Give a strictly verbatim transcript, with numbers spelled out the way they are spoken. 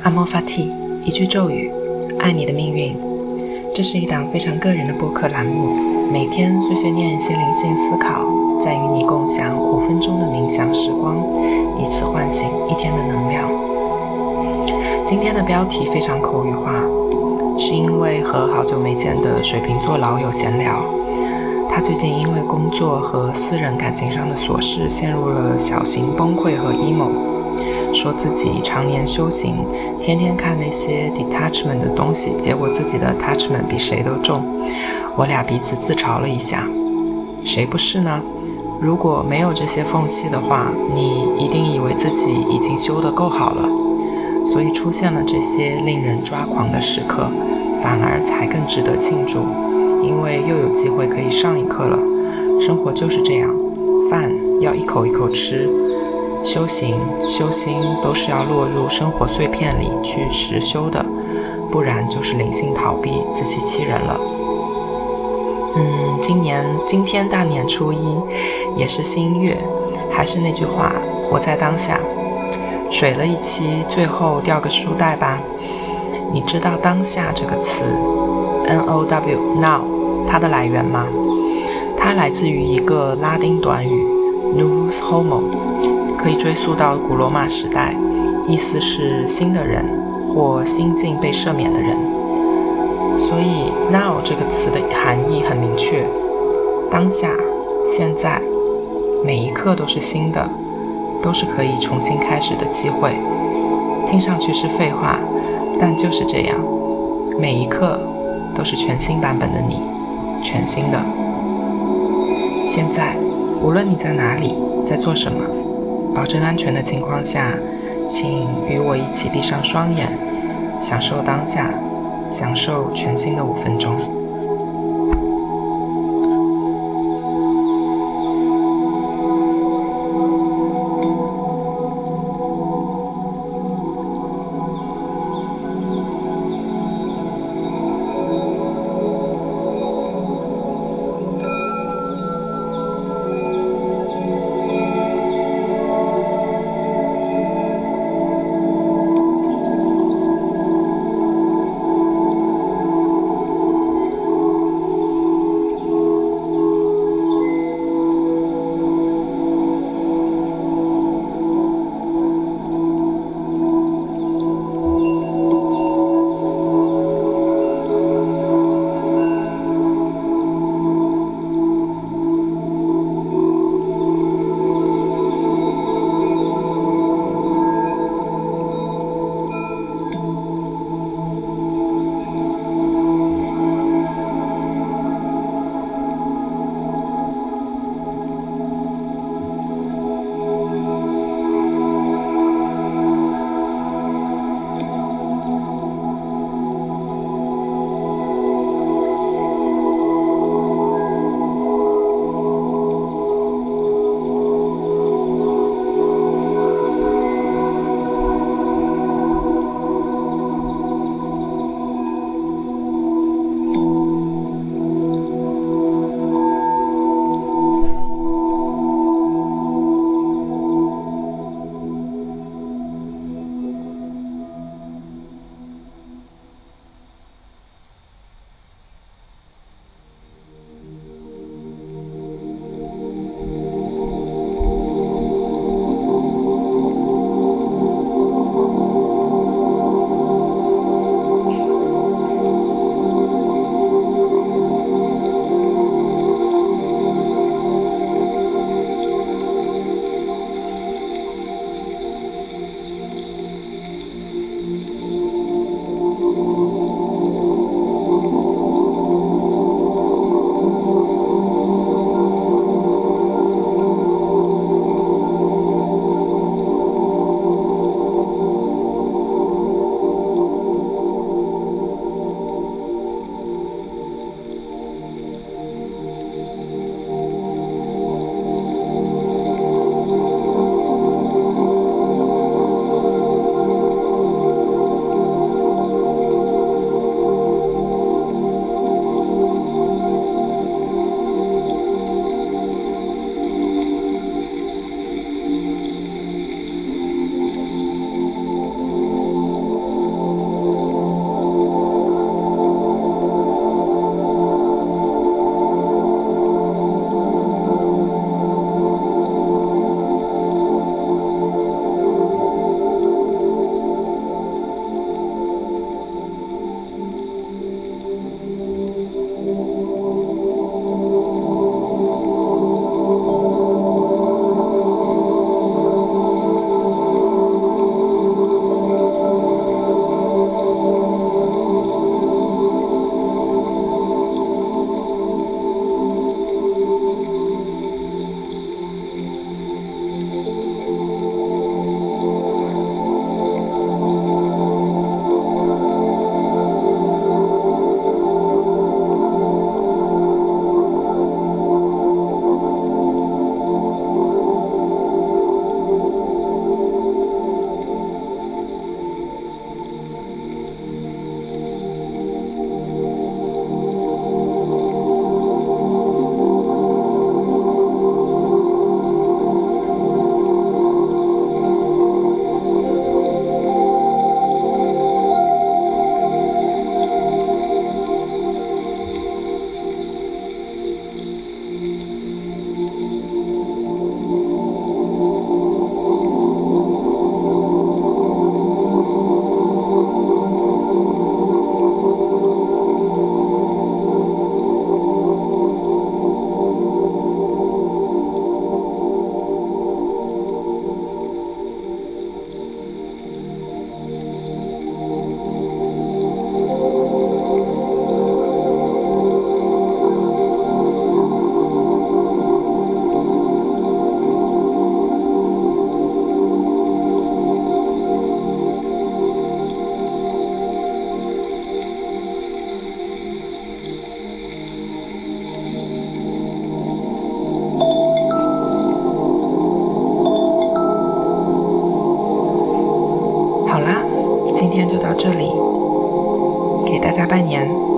阿莫法蒂，一句咒语，爱你的命运。这是一档非常个人的播客栏目，每天碎碎念一些灵性思考，再与你共享五分钟的冥想时光，以此唤醒一天的能量。今天的标题非常口语化，是因为和好久没见的水瓶座老友闲聊，他最近因为工作和私人感情上的琐事陷入了小型崩溃和 emo， 说自己常年修行，天天看那些 detachment 的东西，结果自己的 attachment 比谁都重。我俩彼此自嘲了一下，谁不是呢？如果没有这些缝隙的话，你一定以为自己已经修得够好了，所以出现了这些令人抓狂的时刻，反而才更值得庆祝，因为又有机会可以上一课了。生活就是这样，饭要一口一口吃，修行修心都是要落入生活碎片里去实修的，不然就是灵性逃避，自欺欺人了。嗯，今年今天大年初一，也是新月，还是那句话，活在当下。水了一期，最后掉个书袋吧。你知道当下这个词 N O W now 它的来源吗？它来自于一个拉丁短语 Novus Homo， 可以追溯到古罗马时代，意思是新的人或心境被赦免的人。所以 now 这个词的含义很明确，当下，现在，每一刻都是新的，都是可以重新开始的机会。听上去是废话，但就是这样，每一刻都是全新版本的你，全新的。现在，无论你在哪里，在做什么，保证安全的情况下，请与我一起闭上双眼，享受当下，享受全新的五分钟。 下半年。